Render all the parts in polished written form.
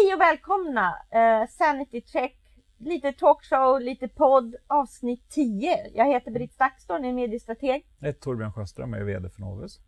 Hej och välkomna! Sanity Check, lite talkshow, lite podd, avsnitt 10. Jag heter Britt Stakstorn, är mediestrateg. Jag heter Torbjörn Sjöström, jag är vd för Novus.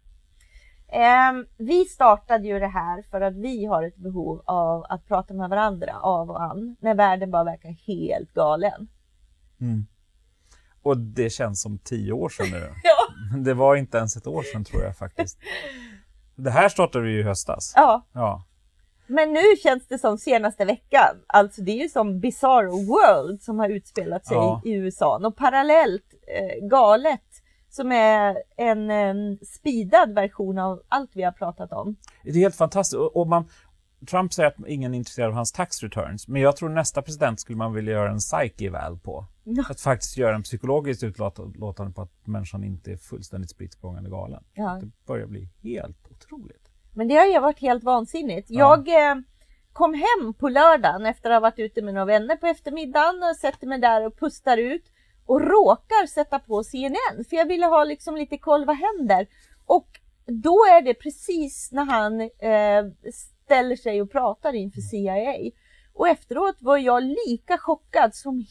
Vi startade ju det här för att vi har ett behov av att prata med varandra av och an. När världen bara verkar helt galen. Mm. Och det känns som 10 år sedan nu. Ja. Det var inte ens ett år sedan tror jag faktiskt. Det här startade vi ju i höstas. Ja. Men nu känns det som senaste veckan. Alltså det är ju som Bizarre World som har utspelat sig i USA. Och parallellt galet som är en speedad version av allt vi har pratat om. Det är helt fantastiskt. Och Trump säger att ingen är intresserad av hans tax returns. Men jag tror nästa president skulle man vilja göra en psyche-eval på. Ja. Att faktiskt göra en psykologiskt utlåtande på att människan inte är fullständigt sprittsprångande galen. Ja. Det börjar bli helt otroligt. Men det har ju varit helt vansinnigt. Ja. Jag kom hem på lördagen efter att ha varit ute med några vänner på eftermiddagen och sätter mig där och pustar ut och råkar sätta på CNN för jag ville ha liksom lite koll vad händer. Och då är det precis när han ställer sig och pratar inför CIA. Och efteråt var jag lika chockad som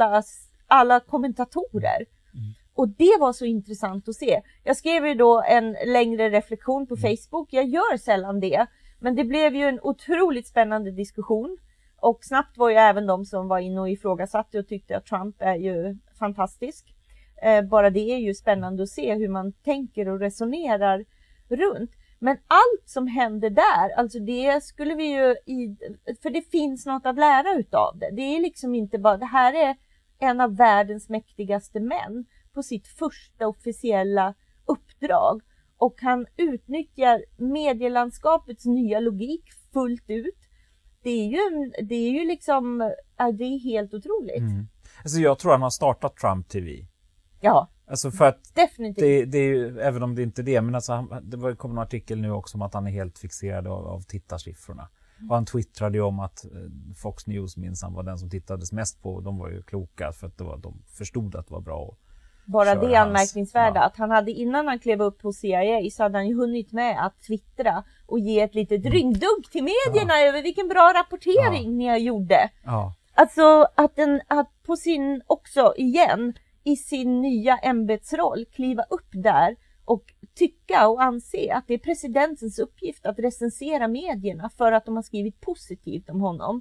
alla kommentatorer. Och det var så intressant att se. Jag skrev ju då en längre reflektion på Facebook. Jag gör sällan det. Men det blev ju en otroligt spännande diskussion. Och snabbt var ju även de som var inne och ifrågasatte och tyckte att Trump är ju fantastisk. Bara det är ju spännande att se hur man tänker och resonerar runt. Men allt som hände där, alltså det skulle vi ju, för det finns något att lära utav det. Det är liksom inte bara, det här är en av världens mäktigaste män på sitt första officiella uppdrag. Och han utnyttjar medielandskapets nya logik fullt ut. Det är ju liksom, det är helt otroligt. Alltså jag tror han har startat Trump TV. Ja, alltså för att definitivt. Det är ju, även om det inte är det, men alltså det kom en artikel nu också om att han är helt fixerad av tittarsiffrorna. Och han twittrade ju om att Fox News minsann var den som tittades mest på. De var ju kloka för att de förstod att det var bra. Bara det anmärkningsvärda att han hade innan han klev upp på CIA så hade han ju hunnit med att twittra och ge ett litet ringdugg till medierna över vilken bra rapportering ni gjorde. Ja. Alltså att på sin också igen i sin nya ämbetsroll kliva upp där och tycka och anse att det är presidentens uppgift att recensera medierna för att de har skrivit positivt om honom.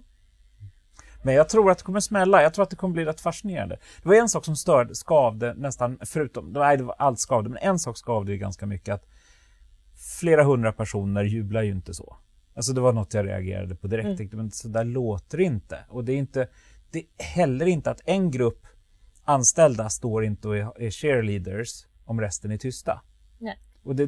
Men jag tror att det kommer smälla. Jag tror att det kommer bli rätt fascinerande. Det var en sak som skavde nästan, förutom, det var allt skavde, men en sak skavde ju ganska mycket att flera hundra personer jublar ju inte så. Alltså det var något jag reagerade på direkt. Men så där låter det inte. Och det är heller inte att en grupp anställda står inte och är cheerleaders om resten är tysta. Nej.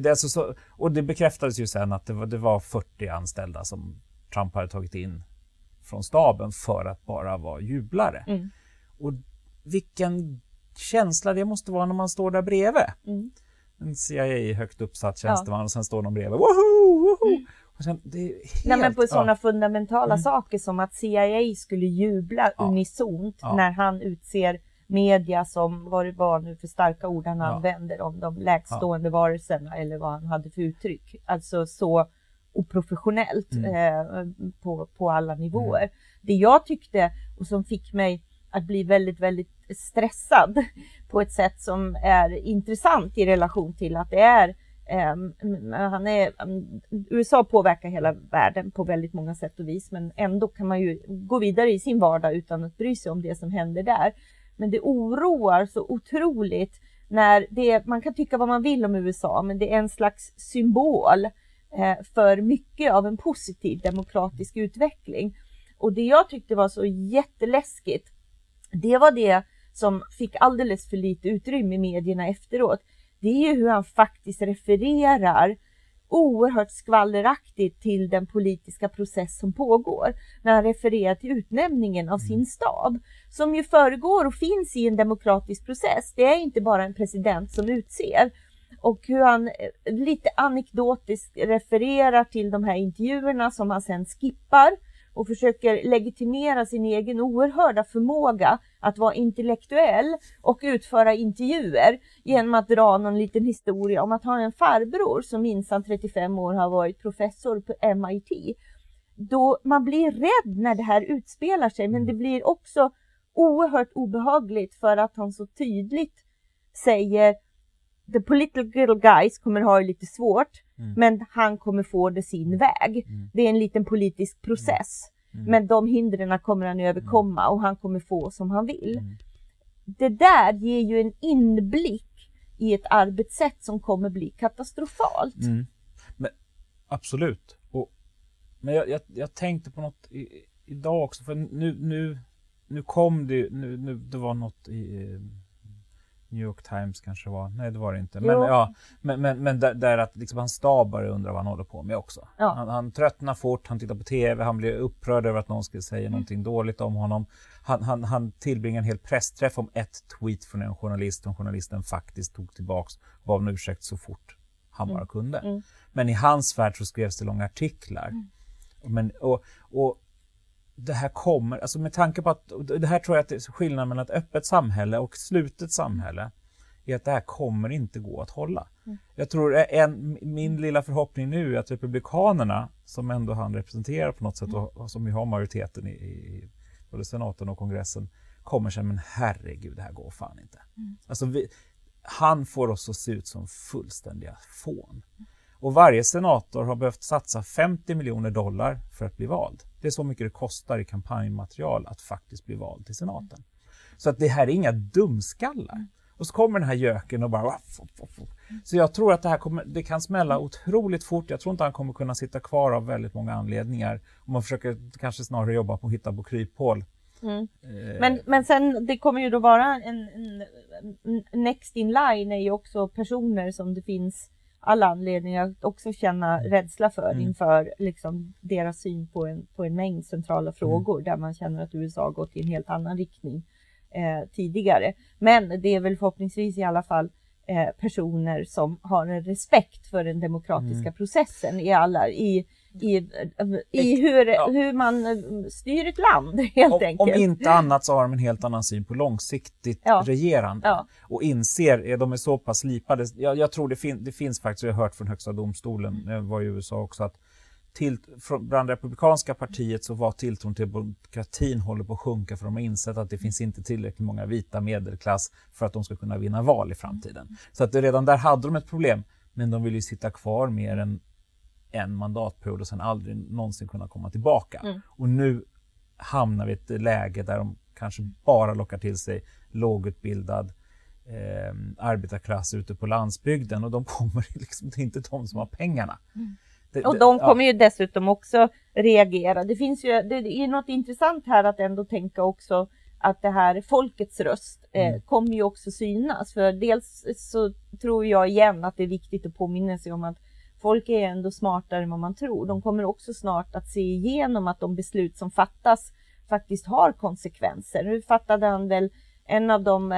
Och det bekräftades ju sen att det var 40 anställda som Trump hade tagit in från staben för att bara vara jublare. Och vilken känsla det måste vara när man står där bredvid. En CIA högt uppsatt tjänsteman och sen står de bredvid. Woho! Och sen, det är helt, men på sådana fundamentala saker som att CIA skulle jubla unisont när han utser media som vad det var nu för starka ord han använder om de lägstående varelserna eller vad han hade för uttryck. Alltså så oprofessionellt på alla nivåer. Det jag tyckte och som fick mig att bli väldigt, väldigt stressad på ett sätt som är intressant i relation till att det är USA påverkar hela världen på väldigt många sätt och vis, men ändå kan man ju gå vidare i sin vardag utan att bry sig om det som händer där. Men det oroar så otroligt när man kan tycka vad man vill om USA, men det är en slags symbol för mycket av en positiv demokratisk utveckling. Och det jag tyckte var så jätteläskigt, det var det som fick alldeles för lite utrymme i medierna efteråt. Det är ju hur han faktiskt refererar oerhört skvalleraktigt till den politiska process som pågår. När han refererar till utnämningen av sin stab. Som ju föregår och finns i en demokratisk process. Det är inte bara en president som utser. Och hur han lite anekdotiskt refererar till de här intervjuerna som han sen skippar. Och försöker legitimera sin egen oerhörda förmåga att vara intellektuell och utföra intervjuer genom att dra någon liten historia om att ha en farbror som minst 35 år har varit professor på MIT. då man blir rädd när det här utspelar sig, men det blir också oerhört obehagligt för att han så tydligt säger the political guys kommer ha det lite svårt, men han kommer få det sin väg. Det är en liten politisk process, men de hindren kommer han överkomma och han kommer få som han vill. Det där ger ju en inblick i ett arbetssätt som kommer bli katastrofalt. Men, absolut. Men jag tänkte på något idag också, för nu kom det det var något i New York Times kanske var. Nej, det var det inte. Men där att liksom hans stabare undrar vad han håller på med också. Ja. Han tröttnar fort, han tittar på tv, han blir upprörd över att någon skulle säga någonting dåligt om honom. Han tillbringar en hel pressträff om ett tweet från en journalist, och journalisten faktiskt tog tillbaks och bad om ursäkt så fort han bara kunde. Men i hans värld så skrevs det långa artiklar. Och det här kommer, alltså med tanke på att det här tror jag att det är skillnaden mellan ett öppet samhälle och slutet samhälle, är att det här kommer inte gå att hålla. Jag tror min lilla förhoppning nu är att republikanerna, som ändå han representerar på något sätt och som vi har majoriteten i både senaten och kongressen, kommer säga, men herregud, det här går fan inte. Alltså han får oss att se ut som fullständiga fån. Och varje senator har behövt satsa $50 miljoner för att bli vald. Det är så mycket det kostar i kampanjmaterial att faktiskt bli vald till senaten. Så att det här är inga dumskallar. Och så kommer den här göken och bara... Så jag tror att det kan smälla otroligt fort. Jag tror inte han kommer kunna sitta kvar av väldigt många anledningar. Om man försöker kanske snarare jobba på att hitta på kryphål. Men sen det kommer ju då vara en next in line är ju också personer som det finns alla anledningar att också känna rädsla för inför liksom deras syn på en mängd centrala frågor där man känner att USA har gått i en helt annan riktning tidigare. Men det är väl förhoppningsvis i alla fall personer som har en respekt för den demokratiska processen i hur man styr ett land helt enkelt. Om inte annat så har de en helt annan syn på långsiktigt regerande och inser, de är så pass slipade. Jag tror det finns faktiskt, jag har hört från högsta domstolen, jag var i USA också, att bland det republikanska partiet så var tilltron till demokratin håller på att sjunka, för de har insett att det finns inte tillräckligt många vita medelklass för att de ska kunna vinna val i framtiden. Så att redan där hade de ett problem, men de vill ju sitta kvar mer än en mandatperiod och sen aldrig någonsin kunna komma tillbaka. Och nu hamnar vi i ett läge där de kanske bara lockar till sig lågutbildad arbetarklass ute på landsbygden, och de kommer liksom, det är inte de som har pengarna. Och de kommer ju dessutom också reagera. Det är något intressant här att ändå tänka också att det här folkets röst kommer ju också synas. För dels så tror jag igen att det är viktigt att påminna sig om att folk är ändå smartare än vad man tror. De kommer också snart att se igenom att de beslut som fattas faktiskt har konsekvenser. Nu fattade han väl en av de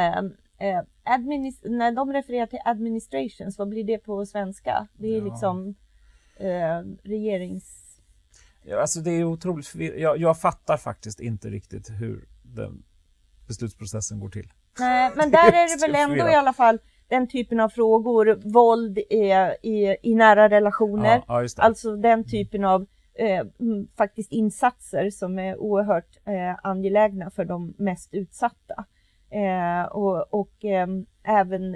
när de refererar till administrations, vad blir det på svenska? Det är liksom regerings... Ja, alltså det är otroligt jag fattar faktiskt inte riktigt hur den beslutsprocessen går till. Nej, men där är det väl ändå i alla fall den typen av frågor, våld i nära relationer, alltså den typen av faktiskt insatser som är oerhört angelägna för de mest utsatta. Och även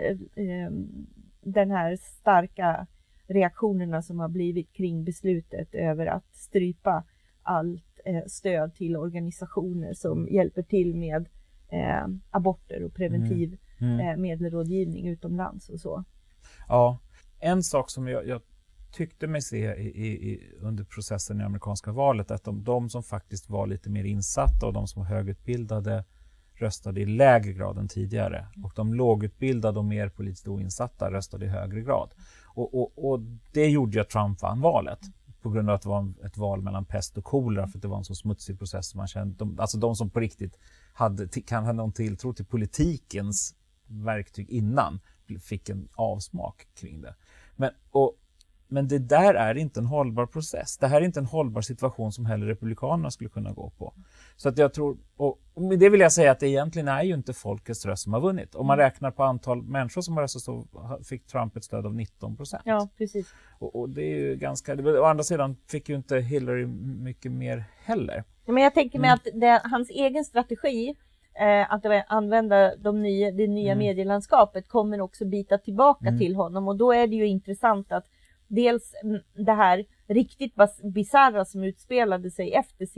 den här starka reaktionerna som har blivit kring beslutet över att strypa allt stöd till organisationer som hjälper till med aborter och preventiv medelrådgivning utomlands och så. Ja, en sak som jag tyckte mig se under processen i amerikanska valet, att de som faktiskt var lite mer insatta och de som var högutbildade röstade i lägre grad än tidigare, och de lågutbildade och mer politiskt oinsatta röstade i högre grad. Och det gjorde att Trump vann valet, på grund av att det var ett val mellan pest och kolera, för att det var en så smutsig process som man kände. Alltså de som på riktigt hade någon tilltro till politikens verktyg innan fick en avsmak kring det. Men det där är inte en hållbar process. Det här är inte en hållbar situation som heller republikanerna skulle kunna gå på. Så att jag tror, och med det vill jag säga att det egentligen är ju inte folkets röst som har vunnit. Om man räknar på antal människor som har röstat så fick Trump ett stöd av 19%. Ja, precis. Och det är ju ganska, å andra sidan fick ju inte Hillary mycket mer heller. Men jag tänker mig att hans egen strategi att använda det nya medielandskapet kommer också bita tillbaka till honom. Och då är det ju intressant att dels det här riktigt bizarra som utspelade sig efter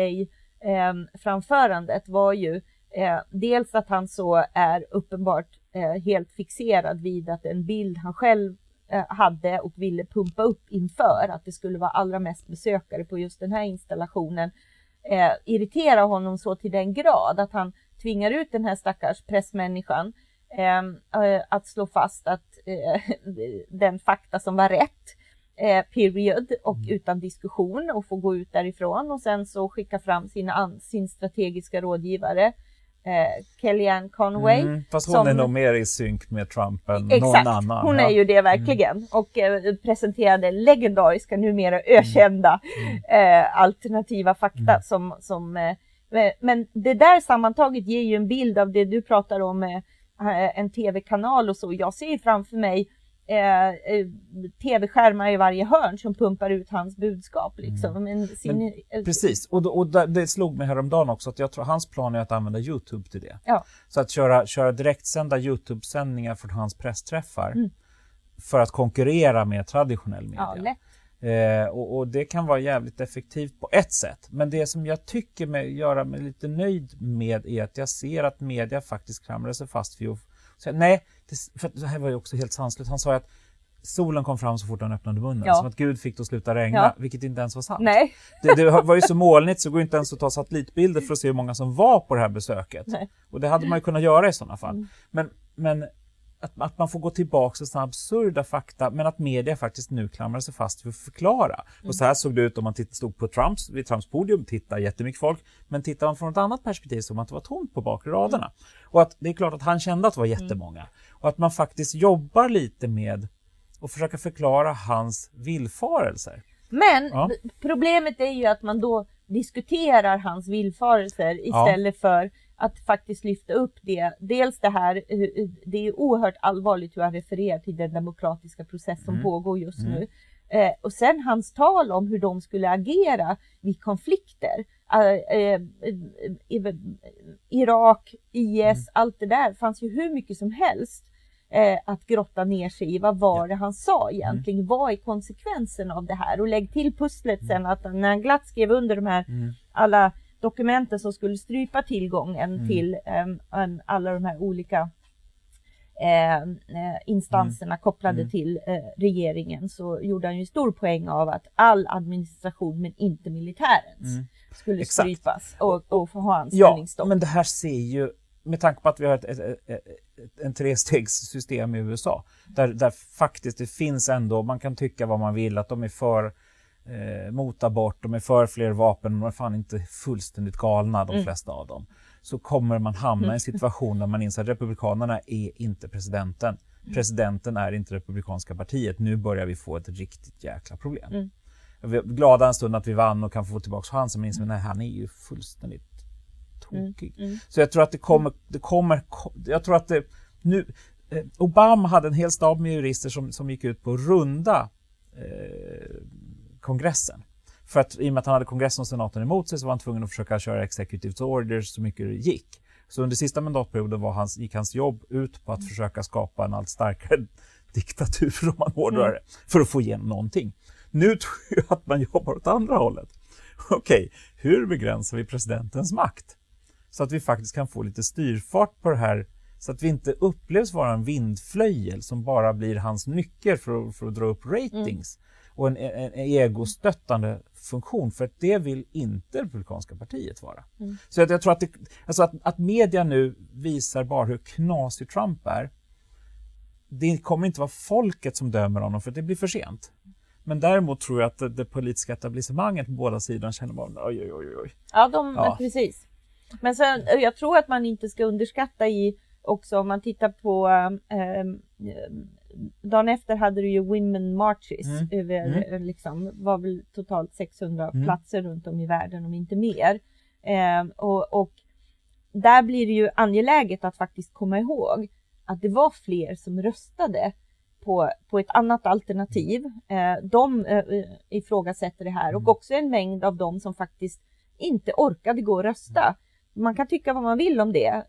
CIA-framförandet var ju dels att han så är uppenbart helt fixerad vid att en bild han själv hade och ville pumpa upp inför att det skulle vara allra mest besökare på just den här installationen irriterar honom så till den grad att han tvingar ut den här stackars pressmänniskan att slå fast att den fakta som var rätt period och utan diskussion och få gå ut därifrån och sen så skicka fram sin strategiska rådgivare Kellyanne Conway. Fast hon är nog mer i synk med Trump än någon annan. Hon är ju det verkligen och presenterade legendariska, numera ökända alternativa fakta men det där sammantaget ger ju en bild av det du pratar om en tv-kanal och så. Jag ser ju framför mig tv-skärmar i varje hörn som pumpar ut hans budskap liksom. Precis, och det slog mig häromdagen också att jag tror hans plan är att använda YouTube till det. Ja. Så att köra direktsända YouTube-sändningar från hans pressträffar för att konkurrera med traditionell media. Ja, lätt. Och det kan vara jävligt effektivt på ett sätt. Men det som jag tycker göra mig lite nöjd med är att jag ser att media faktiskt klamrar sig fast vid för det här var ju också helt sanslöst. Han sa att solen kom fram så fort han öppnade munnen. Ja. Som att Gud fick det att sluta regna, vilket inte ens var sant. Nej. Det var ju så molnigt så går inte ens att ta satellitbilder för att se hur många som var på det här besöket. Nej. Och det hade man ju kunnat göra i sådana fall. Men att man får gå tillbaka till sådana absurda fakta, men att media faktiskt nu klamrar sig fast för att förklara. Och så här såg det ut om man stod på vid Trumps podium, tittade jättemycket folk, men tittar man från ett annat perspektiv så att det var tomt på bakre raderna. Och att det är klart att han kände att det var jättemånga. Och att man faktiskt jobbar lite med att försöka förklara hans villfarelser. Men problemet är ju att man då diskuterar hans villfarelser istället för att faktiskt lyfta upp det. Dels det här, det är oerhört allvarligt hur han refererar till den demokratiska process som pågår just nu. Och sen hans tal om hur de skulle agera vid konflikter. Irak, IS, allt det där fanns ju hur mycket som helst att grotta ner sig i. Vad var det han sa egentligen? Vad är konsekvensen av det här? Och lägg till pusslet sen att när han glatt skrev under de här alla dokumenten som skulle strypa tillgången till alla de här olika instanserna kopplade till regeringen, så gjorde han ju stor poäng av att all administration men inte militärens skulle strypas och få ha anställningsstopp. Ja, men det här ser ju, med tanke på att vi har en trestegssystem i USA där faktiskt det finns ändå, man kan tycka vad man vill, att de är för mot abort, de är för fler vapen, de är fan inte fullständigt galna de flesta av dem, så kommer man hamna i en situation där man inser att republikanerna är inte presidenten. Presidenten är inte republikanska partiet. Nu börjar vi få ett riktigt jäkla problem. Vi är glada en stund att vi vann och kan få tillbaka han som men han är ju fullständigt tokig. Så jag tror att det kommer jag tror att det nu Obama hade en hel stab med jurister som gick ut på runda kongressen. För att i och med att han hade kongressen och senaten emot sig så var han tvungen att försöka köra executive orders så mycket det gick. Så under sista mandatperioden gick hans jobb ut på att försöka skapa en allt starkare diktatur, om man hårdrar det, för att få igenom någonting. Nu tror jag att man jobbar åt andra hållet. Okej, hur begränsar vi presidentens makt? Så att vi faktiskt kan få lite styrfart på det här, så att vi inte upplevs vara en vindflöjel som bara blir hans nyckel för att dra upp ratings. Och en egostöttande funktion, för att det vill inte republikanska partiet vara. Så jag tror att media nu visar bara hur knasig Trump är. Det kommer inte vara folket som dömer honom, för det blir för sent. Men däremot tror jag att det politiska etablissemanget på båda sidorna känner bara oj. Ja, precis. Men sen, jag tror att man inte ska underskatta också om man tittar på dagen efter hade du ju Women Marches över liksom, var väl totalt 600 platser runt om i världen, om inte mer. Och där blir det ju angeläget att faktiskt komma ihåg att det var fler som röstade på ett annat alternativ. De ifrågasätter det här, och också en mängd av dem som faktiskt inte orkade gå och rösta. Man kan tycka vad man vill om det.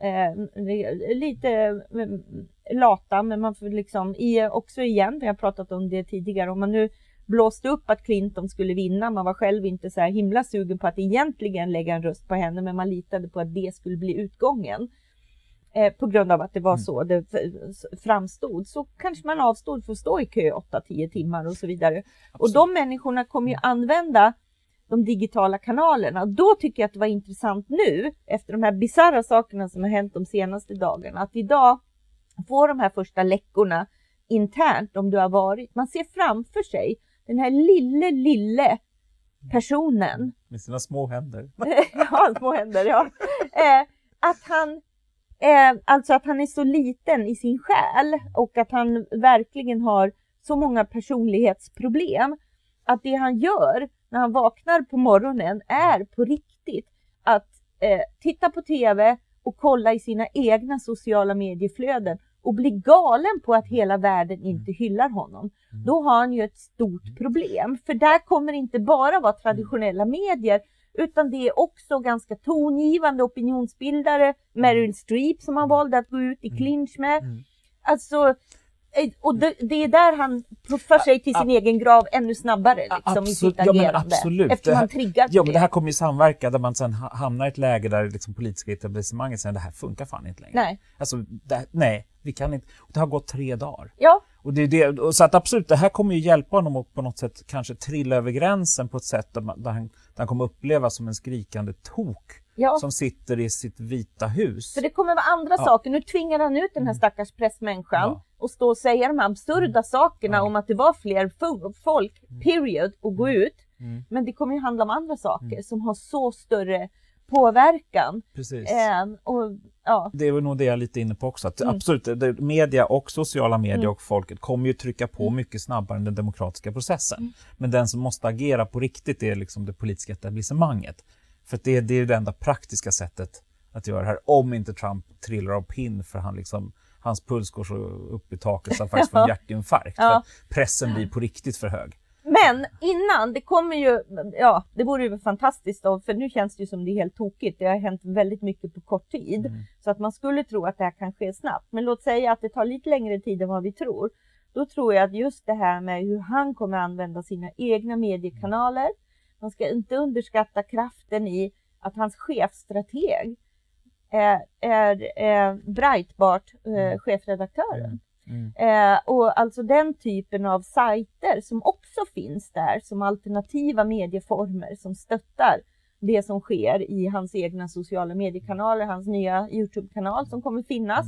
Lite lata, men man får liksom också igen, vi har pratat om det tidigare, om man nu blåste upp att Clinton skulle vinna, man var själv inte så här himla sugen på att egentligen lägga en röst på henne, men man litade på att det skulle bli utgången. På grund av att det var så det framstod, så kanske man avstod för att stå i kö 8-10 timmar och så vidare. Absolut. Och de människorna kommer ju använda de digitala kanalerna. Då tycker jag att det var intressant nu, efter de här bizarra sakerna som har hänt de senaste dagarna, att idag får de här första läckorna internt, om du har varit. Man ser framför sig den här lille personen. Med sina små händer. Ja, små händer, ja. Att han alltså att han är så liten i sin själ, och att han verkligen har så många personlighetsproblem, att det han gör när han vaknar på morgonen är på riktigt att titta på tv och kolla i sina egna sociala medieflöden och bli galen på att hela världen inte hyllar honom. Då har han ju ett stort problem, för där kommer inte bara vara traditionella medier, utan det är också ganska tongivande opinionsbildare, Meryl Streep som han valde att gå ut i clinch med. Alltså, och det är där han puffar sig till sin egen grav ännu snabbare liksom, i sitt agerande. Ja, eftersom han triggar på ja, men det här kommer ju samverka, där man sen hamnar i ett läge där liksom politiska etablissemanget säger det här funkar fan inte längre. Nej. Alltså, nej, vi kan inte. Det har gått 3 dagar. Ja. Och så att absolut, det här kommer ju hjälpa honom att på något sätt kanske trilla över gränsen på ett sätt där han kommer uppleva som en skrikande tok som sitter i sitt vita hus. För det kommer vara andra saker. Nu tvingar han ut den här stackars pressmänniskan och stå och säga de här absurda sakerna om att det var fler folk, period, att gå ut. Men det kommer ju handla om andra saker som har så större påverkan. Precis. Det är nog det jag är lite inne på också. Att absolut, media och sociala medier och folket kommer ju trycka på mycket snabbare än den demokratiska processen. Men den som måste agera på riktigt är liksom det politiska etablissemanget. För att det är ju det enda praktiska sättet att göra det här. Om inte Trump trillar av pinn, för hans puls går så upp i taket så han faktiskt får en hjärtinfarkt. För att pressen blir på riktigt för hög. Men innan, det kommer ju, det vore ju fantastiskt då, för nu känns det ju som det är helt tokigt. Det har hänt väldigt mycket på kort tid. Så att man skulle tro att det här kan ske snabbt. Men låt säga att det tar lite längre tid än vad vi tror. Då tror jag att just det här med hur han kommer använda sina egna mediekanaler. Man ska inte underskatta kraften i att hans chefstrateg är Breitbart, chefredaktören. Och alltså den typen av sajter som också finns där som alternativa medieformer som stöttar det som sker i hans egna sociala mediekanaler, hans nya YouTube-kanal som kommer finnas.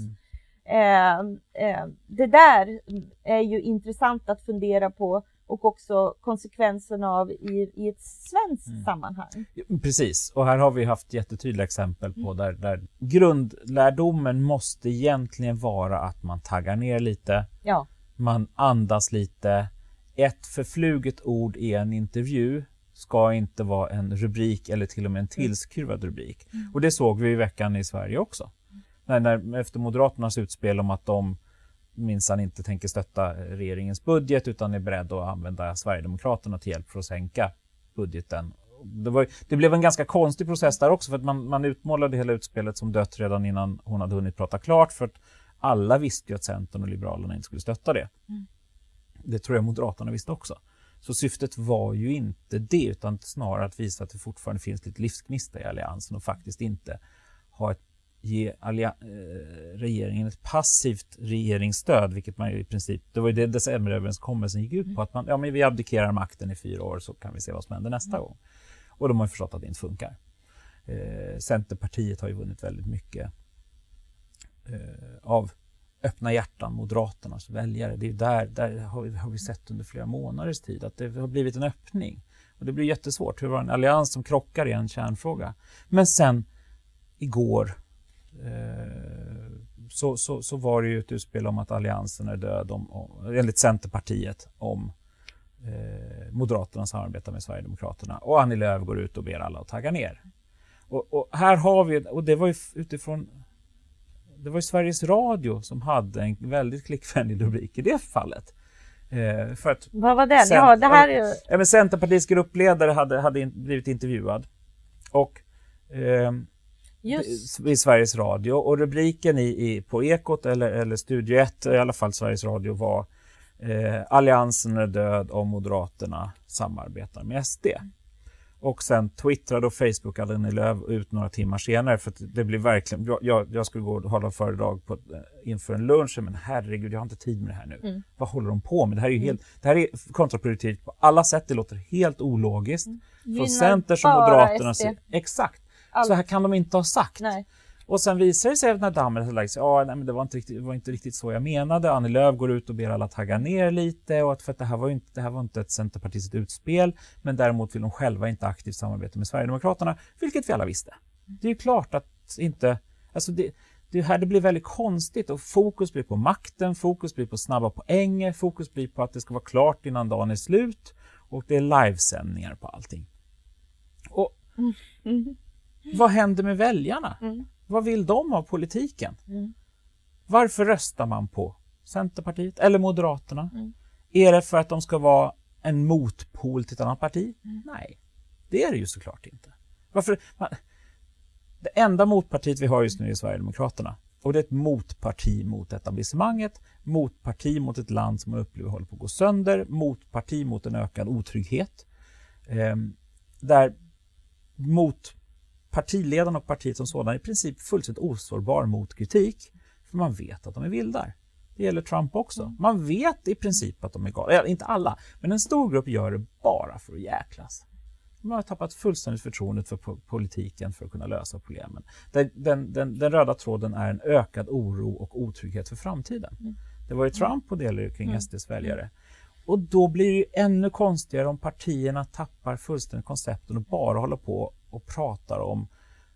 Det där är ju intressant att fundera på, och också konsekvenserna av i ett svenskt sammanhang. Precis, och här har vi haft jättetydliga exempel på där grundlärdomen måste egentligen vara att man taggar ner lite, man andas lite. Ett förfluget ord i en intervju ska inte vara en rubrik eller till och med en tillskruvad rubrik. Och det såg vi i veckan i Sverige också. När efter Moderaternas utspel om att de minsann inte tänker stötta regeringens budget utan är beredda att använda Sverigedemokraterna till hjälp för att sänka budgeten. Det blev en ganska konstig process där också, för att man utmålade hela utspelet som dött redan innan hon hade hunnit prata klart, för att alla visste ju att Centern och Liberalerna inte skulle stötta det. Det tror jag Moderaterna visste också. Så syftet var ju inte det, utan snarare att visa att det fortfarande finns lite livsgnista i alliansen och faktiskt inte ge regeringen ett passivt regeringsstöd, vilket man ju i princip, det var ju det decemberöverenskommelsen gick ut på, att men vi abdikerar makten i 4 år så kan vi se vad som händer nästa gång. Och de har ju förstått att det inte funkar. Centerpartiet har ju vunnit väldigt mycket av öppna hjärtan, Moderaternas väljare. Det är där har vi sett under flera månaders tid att det har blivit en öppning. Och det blir jättesvårt. Hur var en allians som krockar i en kärnfråga? Men sen igår så var det ju ett utspel om att alliansen är död enligt Centerpartiet om Moderaterna samarbetar med Sverigedemokraterna. Och Annie Lööf går ut och ber alla att tagga ner. Och här har vi, och det var ju utifrån, det var ju Sveriges Radio som hade en väldigt klickvänlig rubrik i det fallet. För att vad var den? Det här är men Centerpartiets gruppledare hade blivit intervjuad. Och i Sveriges Radio, och rubriken på Ekot eller Studio 1, i alla fall Sveriges Radio, var alliansen är död om Moderaterna samarbetar med SD. Och sen twittrade och facebookade Annie Lööf ut några timmar senare, för att det blev verkligen, jag skulle gå och hålla föredrag inför en lunch, men herregud, jag har inte tid med det här nu. Vad håller de på med? Det här är ju det här är kontraproduktivt på alla sätt, det låter helt ologiskt. Från Centern som Moderaterna ser. Exakt. Så här kan de inte ha sagt. Nej. Och sen visar det sig att när dammet har lagt sig, men det var inte riktigt så jag menade. Annie Lööf går ut och ber alla tagga ner lite, och för att det här var inte ett centerpartistiskt utspel, men däremot vill de själva inte aktivt samarbeta med Sverigedemokraterna, vilket vi alla visste. Det är ju klart att inte, alltså det här det blir väldigt konstigt, och fokus blir på makten, fokus blir på snabba poänger, fokus blir på att det ska vara klart innan dagen är slut, och det är livesändningar på allting. Och vad händer med väljarna? Vad vill de av politiken? Varför röstar man på Centerpartiet eller Moderaterna? Är det för att de ska vara en motpol till ett annat parti? Nej, det är det ju såklart inte. Det enda motpartiet vi har just nu är Sverigedemokraterna. Och det är ett motparti mot etablissemanget, motparti mot ett land som man upplever håller på att gå sönder, motparti mot en ökad otrygghet. Där mot partiledaren och partiet som sådan är i princip fullständigt osårbar mot kritik, för man vet att de är vildar. Det gäller Trump också. Man vet i princip att de är galna. Inte alla, men en stor grupp gör det bara för att jäklas. De har tappat fullständigt förtroendet för politiken för att kunna lösa problemen. Den röda tråden är en ökad oro och otrygghet för framtiden. Det var ju Trump och delar kring SDs väljare. Och då blir det ju ännu konstigare om partierna tappar fullständigt koncepten och bara håller på och pratar om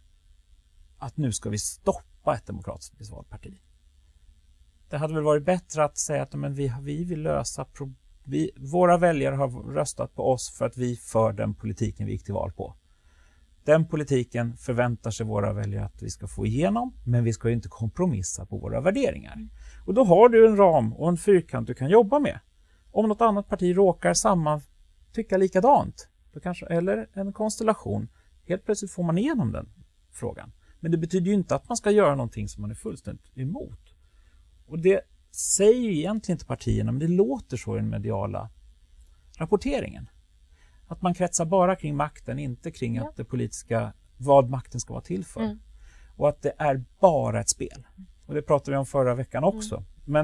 att nu ska vi stoppa ett demokratiskt valt parti. Det hade väl varit bättre att säga att vi vill lösa våra väljare har röstat på oss för att vi för den politiken vi gick till val på. Den politiken förväntar sig våra väljare att vi ska få igenom, men vi ska ju inte kompromissa på våra värderingar. Och då har du en ram och en fyrkant du kan jobba med. Om något annat parti råkar tycka likadant, då kanske, eller en konstellation, helt plötsligt får man igenom den frågan. Men det betyder ju inte att man ska göra någonting som man är fullständigt emot. Och det säger ju egentligen inte partierna, men det låter så i den mediala rapporteringen. Att man kretsar bara kring makten, inte kring att det politiska, vad makten ska vara till för. Och att det är bara ett spel. Och det pratade vi om förra veckan också.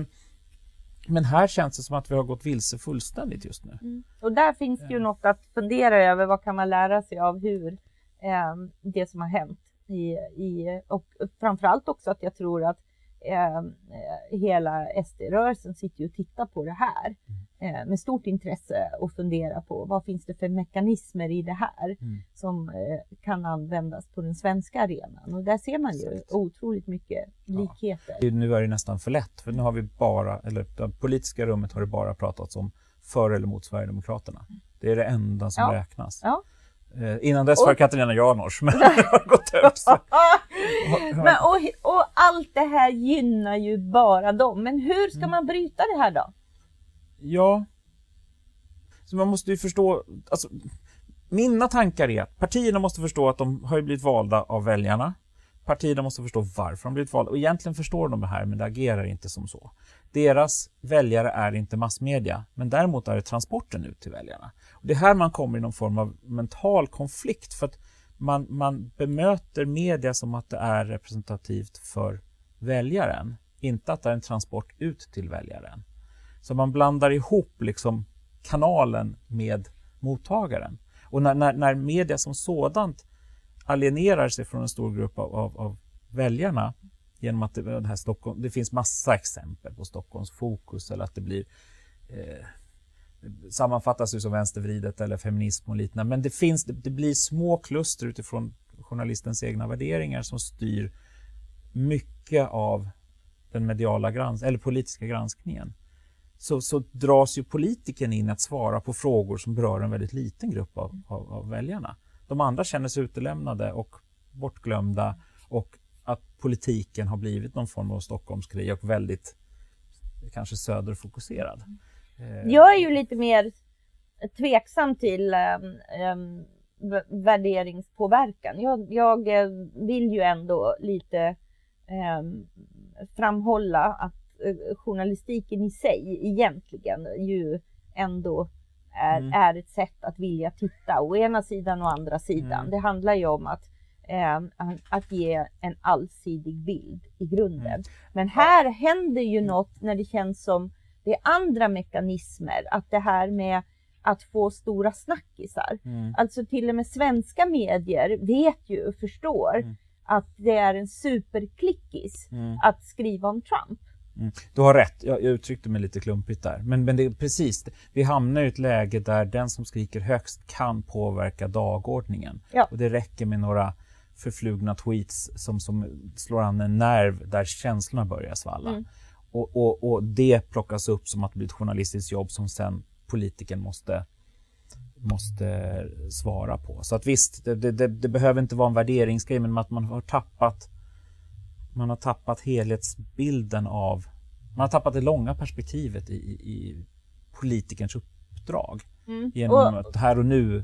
Men här känns det som att vi har gått vilse fullständigt just nu. Och där finns det ju något att fundera över. Vad kan man lära sig av hur det som har hänt. Och framförallt också att jag tror att hela SD-rörelsen sitter ju och tittar på det här med stort intresse och funderar på vad finns det för mekanismer i det här som kan användas på den svenska arenan. Och där ser man ju otroligt mycket likheter. Ja. Nu är det nästan för lätt, för nu har vi det politiska rummet har det bara pratats om för eller mot Sverigedemokraterna. Det är det enda som räknas. Ja. Innan dess var Katarina Janouch, men det har gått över. Och allt det här gynnar ju bara dem. Men hur ska man bryta det här då? Ja, så man måste ju förstå, alltså, mina tankar är att partierna måste förstå att de har blivit valda av väljarna. Partierna måste förstå varför de blivit valda. Och egentligen förstår de det här, men det agerar inte som så. Deras väljare är inte massmedia, men däremot är det transporten ut till väljarna. Och det är här man kommer i någon form av mental konflikt, för att man bemöter media som att det är representativt för väljaren, inte att det är en transport ut till väljaren. Så man blandar ihop liksom kanalen med mottagaren. Och när media som sådant alienerar sig från en stor grupp av väljarna genom att det här Stockholm, det finns massa exempel på Stockholms fokus, eller att det blir sammanfattas ju som vänstervridet eller feminism och liknande, men det blir små kluster utifrån journalistens egna värderingar som styr mycket av den mediala eller politiska granskningen, så dras ju politiken in att svara på frågor som berör en väldigt liten grupp av väljarna. De andra känner sig utelämnade och bortglömda, och att politiken har blivit någon form av Stockholmskrig och väldigt kanske söderfokuserad. Jag är ju lite mer tveksam till värderingspåverkan. Jag vill ju ändå lite framhålla att journalistiken i sig egentligen ju ändå är ett sätt att vilja titta å ena sidan och andra sidan. Det handlar ju om att ge en allsidig bild i grunden. Men här händer ju något när det känns som det är andra mekanismer. Att det här med att få stora snackisar. Alltså till och med svenska medier vet ju och förstår att det är en superklickis att skriva om Trump. Du har rätt, jag uttryckte mig lite klumpigt där. Men det är precis, vi hamnar i ett läge där den som skriker högst kan påverka dagordningen. Ja. Och det räcker med några förflugna tweets som slår an en nerv där känslorna börjar svalla. Och det plockas upp som att det blir ett journalistiskt jobb som sen politiken måste svara på. Så att visst, det behöver inte vara en värderingsgrej, men att man har tappat helhetsbilden man har tappat det långa perspektivet i politikerns uppdrag. Genom att här och nu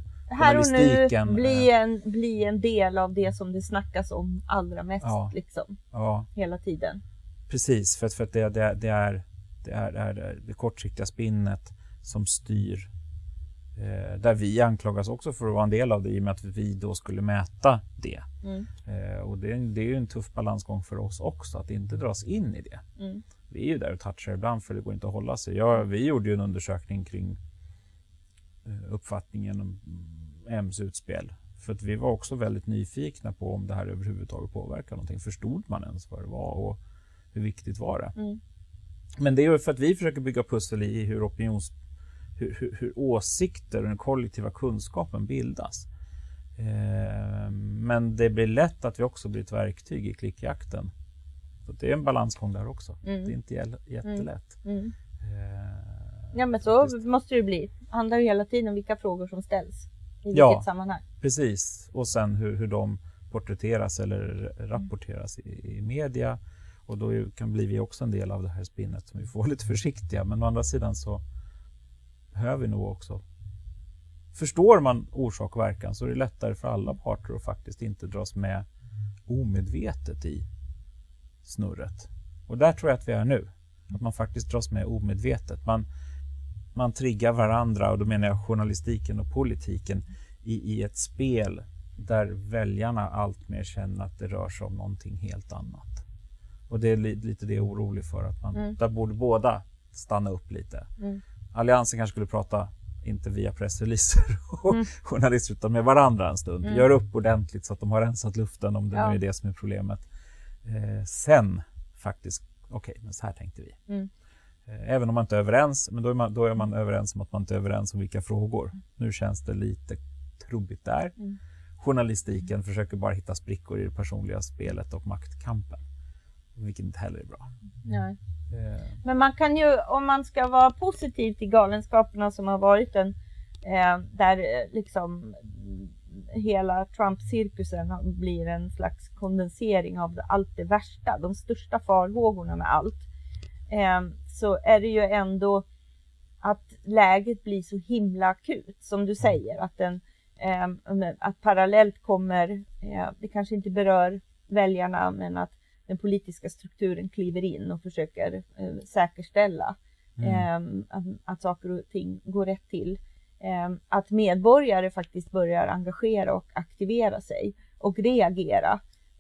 bli en del av det som det snackas om allra mest hela tiden. Precis, för att det är det kortsiktiga spinnet som styr. Där vi anklagas också för att vara en del av det, i och med att vi då skulle mäta det. Och det är ju en tuff balansgång för oss också, att inte dras in i det. Vi är ju där och touchar ibland, för det går inte att hålla sig. Vi gjorde ju en undersökning kring uppfattningen om M's utspel. För att vi var också väldigt nyfikna på om det här överhuvudtaget påverkar någonting. Förstod man ens vad det var och hur viktigt var det? Men det är ju för att vi försöker bygga pussel i hur hur åsikter och den kollektiva kunskapen bildas. Men det blir lätt att vi också blir ett verktyg i klickjakten. Så det är en balansgång där också. Det är inte jättelätt. Ja, men så måste det bli. Det handlar ju hela tiden om vilka frågor som ställs i vilket sammanhang. Precis. Och sen hur de porträtteras eller rapporteras i media. Och då blir vi också en del av det här spinnet som vi får lite försiktiga. Men å andra sidan så behöver vi nog också. Förstår man orsak och verkan, så är det lättare för alla parter att faktiskt inte dras med omedvetet i snurret. Och där tror jag att vi är nu. Att man faktiskt dras med omedvetet. Man triggar varandra, och då menar jag journalistiken och politiken, i ett spel där väljarna allt mer känner att det rör sig om någonting helt annat. Och det är lite det jag är orolig för, att där borde båda stanna upp lite. Alliansen kanske skulle prata inte via pressreleaser och journalister, utan med varandra en stund. Gör upp ordentligt så att de har rensat luften, om det nu är det som är problemet. Sen faktiskt, men så här tänkte vi. Även om man inte är överens, men då är man överens om att man inte är överens om vilka frågor. Nu känns det lite trubbigt där. Journalistiken försöker bara hitta sprickor i det personliga spelet och maktkampen. Vilket inte heller är bra. Nej. Men man kan ju, om man ska vara positiv till galenskaperna som har varit där liksom hela Trump-cirkusen blir en slags kondensering av allt det värsta, de största farhågorna med allt, så är det ju ändå att läget blir så himla akut, som du säger, att parallellt kommer, det kanske inte berör väljarna, men att den politiska strukturen kliver in och försöker säkerställa att saker och ting går rätt till. Att medborgare faktiskt börjar engagera och aktivera sig och reagera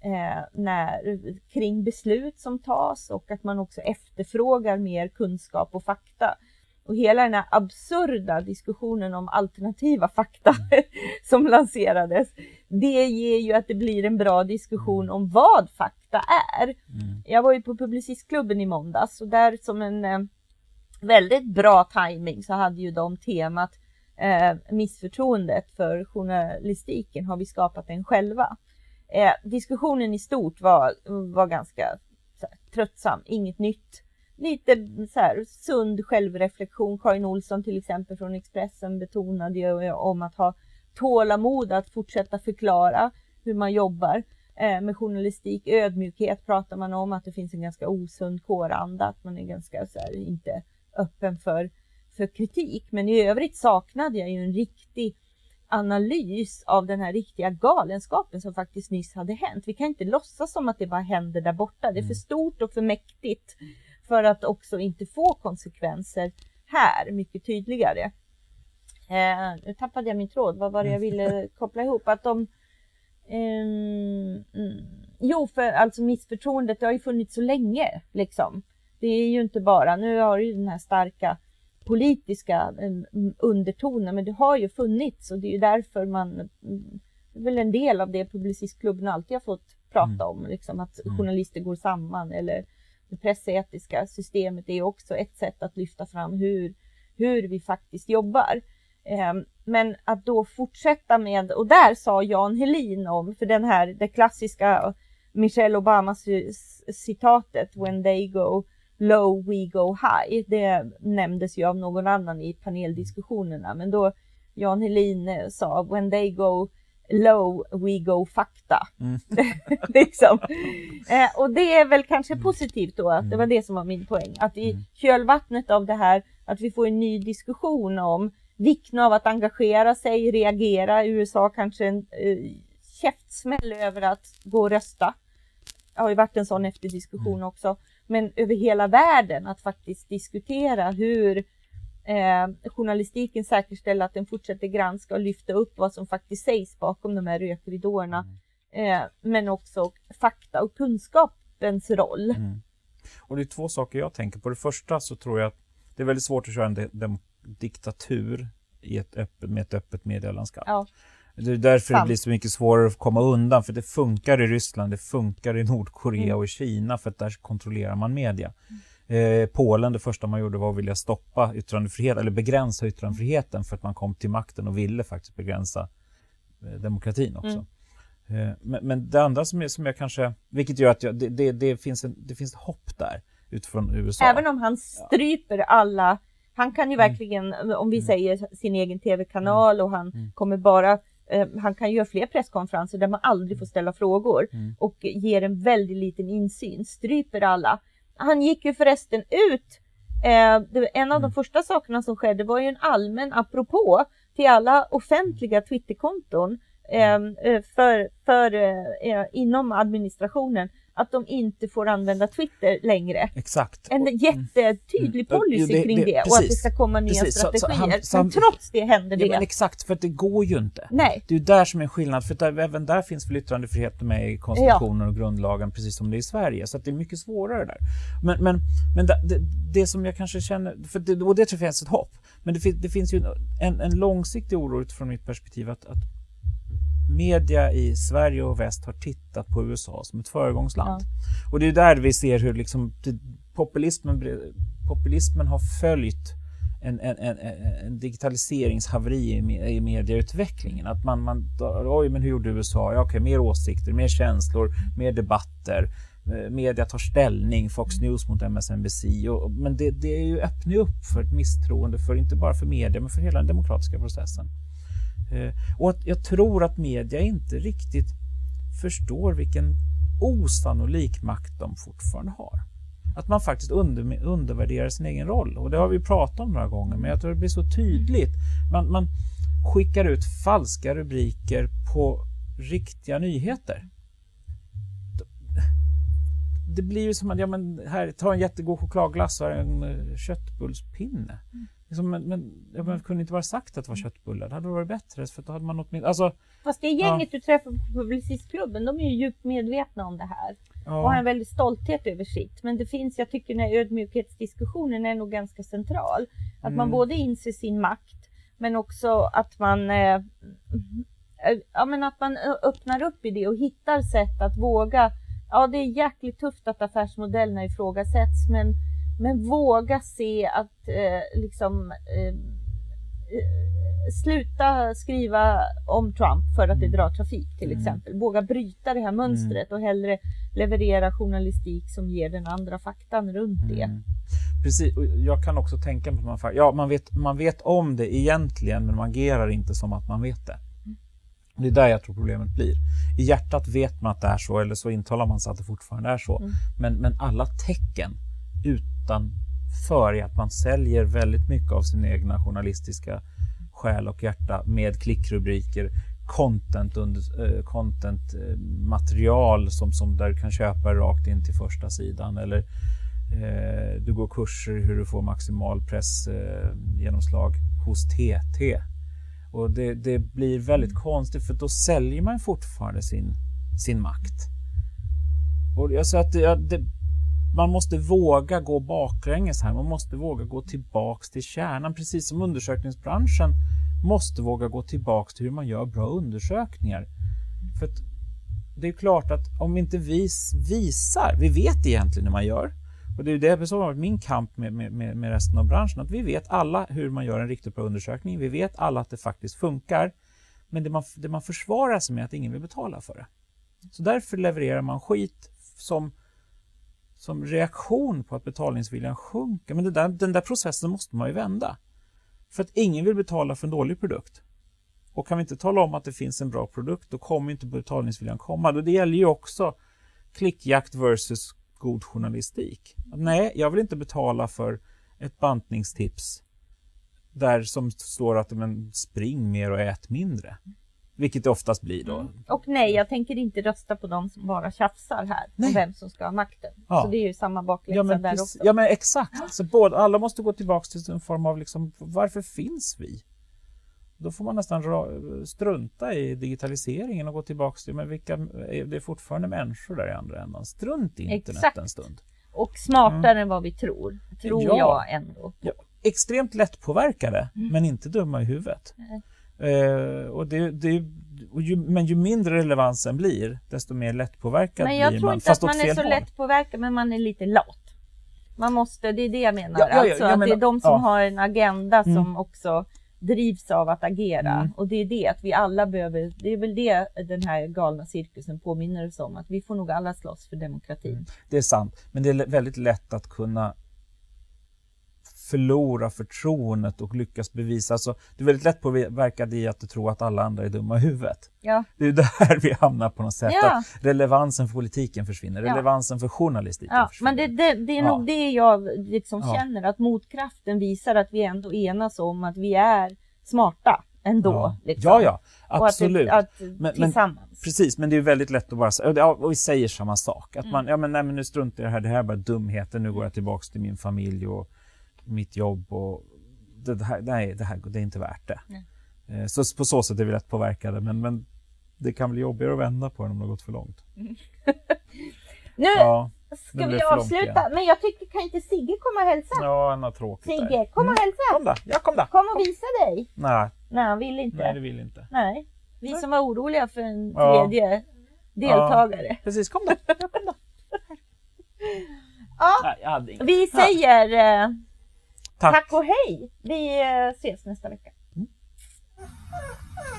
kring beslut som tas, och att man också efterfrågar mer kunskap och fakta. Och hela den här absurda diskussionen om alternativa fakta som lanserades, det ger ju att det blir en bra diskussion om vad fakta är. Jag var ju på Publicistklubben i måndags, och där som en väldigt bra timing så hade ju de temat missförtroendet för journalistiken, har vi skapat den själva. Diskussionen i stort var ganska så här, tröttsam, inget nytt. Lite så här, sund självreflektion. Karin Olsson till exempel från Expressen betonade ju om att ha tålamod att fortsätta förklara hur man jobbar med journalistik. Ödmjukhet pratar man om, att det finns en ganska osund kåranda, att man är ganska så här, inte öppen för kritik. Men i övrigt saknade jag ju en riktig analys av den här riktiga galenskapen som faktiskt nyss hade hänt. Vi kan inte låtsas som att det bara händer där borta. Det är för stort och för mäktigt för att också inte få konsekvenser här mycket tydligare. Nu tappade jag min tråd. Vad var det jag ville koppla ihop? Att för alltså missförtroendet, det har ju funnits så länge liksom. Det är ju inte bara, nu har ju den här starka politiska undertonen, men det har ju funnits och det är ju därför det är väl en del av det Publicistklubben alltid har fått prata om, liksom, att journalister går samman, eller det pressetiska systemet är också ett sätt att lyfta fram hur vi faktiskt jobbar. Men att då fortsätta med, och där sa Jan Helin om, för det klassiska Michelle Obama citatet, when they go low we go high, det nämndes ju av någon annan i paneldiskussionerna, men då Jan Helin sa when they go low we go fakta. Liksom. Och det är väl kanske positivt då, att det var det som var min poäng, att i kölvattnet av det här, att vi får en ny diskussion om vikten av att engagera sig, reagera. USA kanske en käftsmäll över att gå och rösta. Det har ju varit en sån efterdiskussion också. Men över hela världen att faktiskt diskutera hur journalistiken säkerställer att den fortsätter granska och lyfta upp vad som faktiskt sägs bakom de här rökridåerna. Men också fakta och kunskapens roll. Och det är två saker jag tänker på. Det första så tror jag att det är väldigt svårt att köra en diktatur med ett öppet medielandskap. Ja. Det är därför det blir så mycket svårare att komma undan, för det funkar i Ryssland, det funkar i Nordkorea och i Kina, för att där kontrollerar man media. Polen, det första man gjorde var att vilja stoppa yttrandefrihet, eller begränsa yttrandefriheten, för att man kom till makten och ville faktiskt begränsa demokratin också. Men det andra som jag kanske, vilket gör att det finns ett hopp där utifrån USA. Även om han stryper alla, han kan ju verkligen, om vi säger sin egen tv-kanal, och han kommer bara, han kan göra fler presskonferenser där man aldrig får ställa frågor och ger en väldigt liten insyn, stryper alla. Han gick ju förresten ut, en av de första sakerna som skedde var ju en allmän apropå till alla offentliga Twitterkonton inom administrationen, att de inte får använda Twitter längre. Exakt. En jättetydlig policy kring det, och att det ska komma nya strategier. Men trots det händer det. Men exakt, för att det går ju inte. Nej. Det är ju där som är en skillnad, för att även där finns väl yttrandefrihet med i konstitutionen och grundlagen, precis som det är i Sverige. Så att det är mycket svårare där. Men det som jag kanske känner, och det tror jag finns ett hopp, men det finns ju en långsiktig oro utifrån mitt perspektiv, att media i Sverige och väst har tittat på USA som ett föregångsland. Och det är där vi ser hur liksom populismen har följt en digitaliseringshaveri i medieutvecklingen. Att men hur gjorde USA? Ja, okej, mer åsikter, mer känslor, mer debatter. Media tar ställning, Fox News mot MSNBC. Men det är ju öppnar upp för ett misstroende, för inte bara för media, men för hela den demokratiska processen. Och jag tror att media inte riktigt förstår vilken osannolik makt de fortfarande har. Att man faktiskt undervärderar sin egen roll. Och det har vi pratat om några gånger, men jag tror det blir så tydligt. Man skickar ut falska rubriker på riktiga nyheter. Det blir ju som att, här, ta en jättegod chokladglass och en köttbullspinne. Men kunde inte bara sagt att det var köttbullar. Det hade varit bättre, för då hade man något med. Alltså, fast det gänget du träffar på Publicistklubben, de är ju djupt medvetna om det här. Och har en väldigt stolthet över sitt. Men det finns, jag tycker, den här ödmjukhetsdiskussionen är nog ganska central. Att man både inser sin makt, men också att man att man öppnar upp i det och hittar sätt att våga. Ja, det är jäkligt tufft att affärsmodellerna ifrågasätts, men våga se att sluta skriva om Trump för att det drar trafik till exempel. Våga bryta det här mönstret och hellre leverera journalistik som ger den andra faktan runt det. Precis, och jag kan också tänka på att man vet om det egentligen, men man agerar inte som att man vet det. Det är där jag tror problemet blir. I hjärtat vet man att det är så, eller så intalar man sig att det fortfarande är så. Men alla tecken utanför är att man säljer väldigt mycket av sin egna journalistiska själ och hjärta med klickrubriker, content-material som där du kan köpa rakt in till första sidan, eller du går kurser hur du får maximal pressgenomslag hos TT. Och det blir väldigt konstigt, för då säljer man fortfarande sin makt. Och jag sa att man måste våga gå baklänges här. Man måste våga gå tillbaks till kärnan. Precis som undersökningsbranschen måste våga gå tillbaks till hur man gör bra undersökningar. För att det är klart att om inte vi visar, vi vet egentligen hur man gör. Och det är det som har varit min kamp med resten av branschen. Att vi vet alla hur man gör en riktigt bra undersökning. Vi vet alla att det faktiskt funkar. Men det man försvarar sig med att ingen vill betala för det. Så därför levererar man skit som reaktion på att betalningsviljan sjunker. Men den där processen måste man ju vända. För att ingen vill betala för en dålig produkt. Och kan vi inte tala om att det finns en bra produkt, då kommer inte betalningsviljan komma. Och det gäller ju också klickjakt versus god journalistik. Nej, jag vill inte betala för ett bantningstips där som står att spring mer och ät mindre. Vilket det oftast blir då. Och nej, jag tänker inte rösta på dem som bara tjafsar här. Om vem som ska ha makten. Ja. Så det är ju samma bakläxa där också. Ja, men exakt. Så alla måste gå tillbaka till en form av varför finns vi? Då får man nästan strunta i digitaliseringen och gå tillbaka till, men det är fortfarande människor där i andra änden. Strunt i internet en stund. Och smartare än vad vi tror jag ändå. Ja, extremt lättpåverkade, men inte dumma i huvudet. Men ju mindre relevansen blir, desto mer lättpåverkad blir man. Men jag tror inte att man är så lättpåverkad, men man är lite lat. Man måste, det är det jag menar. Att det är de som har en agenda som också drivs av att agera. Och det är det att vi alla behöver, det är väl det den här galna cirkusen påminner oss om, att vi får nog alla slåss för demokratin. Det är sant, men det är väldigt lätt att kunna förlora förtroendet och lyckas bevisa. Alltså, det är väldigt lätt påverkad i att du tror att alla andra är dumma i huvudet. Ja. Det är ju där vi hamnar på något sätt. Att relevansen för politiken försvinner. Relevansen för journalistiken försvinner. Men det är nog det jag liksom känner. Att motkraften visar att vi ändå enas om att vi är smarta ändå. Liksom. Ja, absolut. Att tillsammans. Precis, men det är väldigt lätt att bara säga, och vi säger samma sak. Att man, men nu struntar jag det här är bara dumheter. Nu går jag tillbaka till min familj och mitt jobb och det är inte värt det. Så på så sätt är vi lätt påverkade, men det kan bli jobbigare att vända på den om det har gått för långt. Nu ska vi avsluta, men jag tycker, kan inte Sigge komma och hälsa? Ja, han har tråkigt. Sigge, kom och hälsa. Kom då. Kom och visa dig. Nej, han vill inte. Nej, det vill inte. Nej, vi som var oroliga för en tredje deltagare. Precis, kom då. Nej, vi säger tack och hej. Vi ses nästa vecka.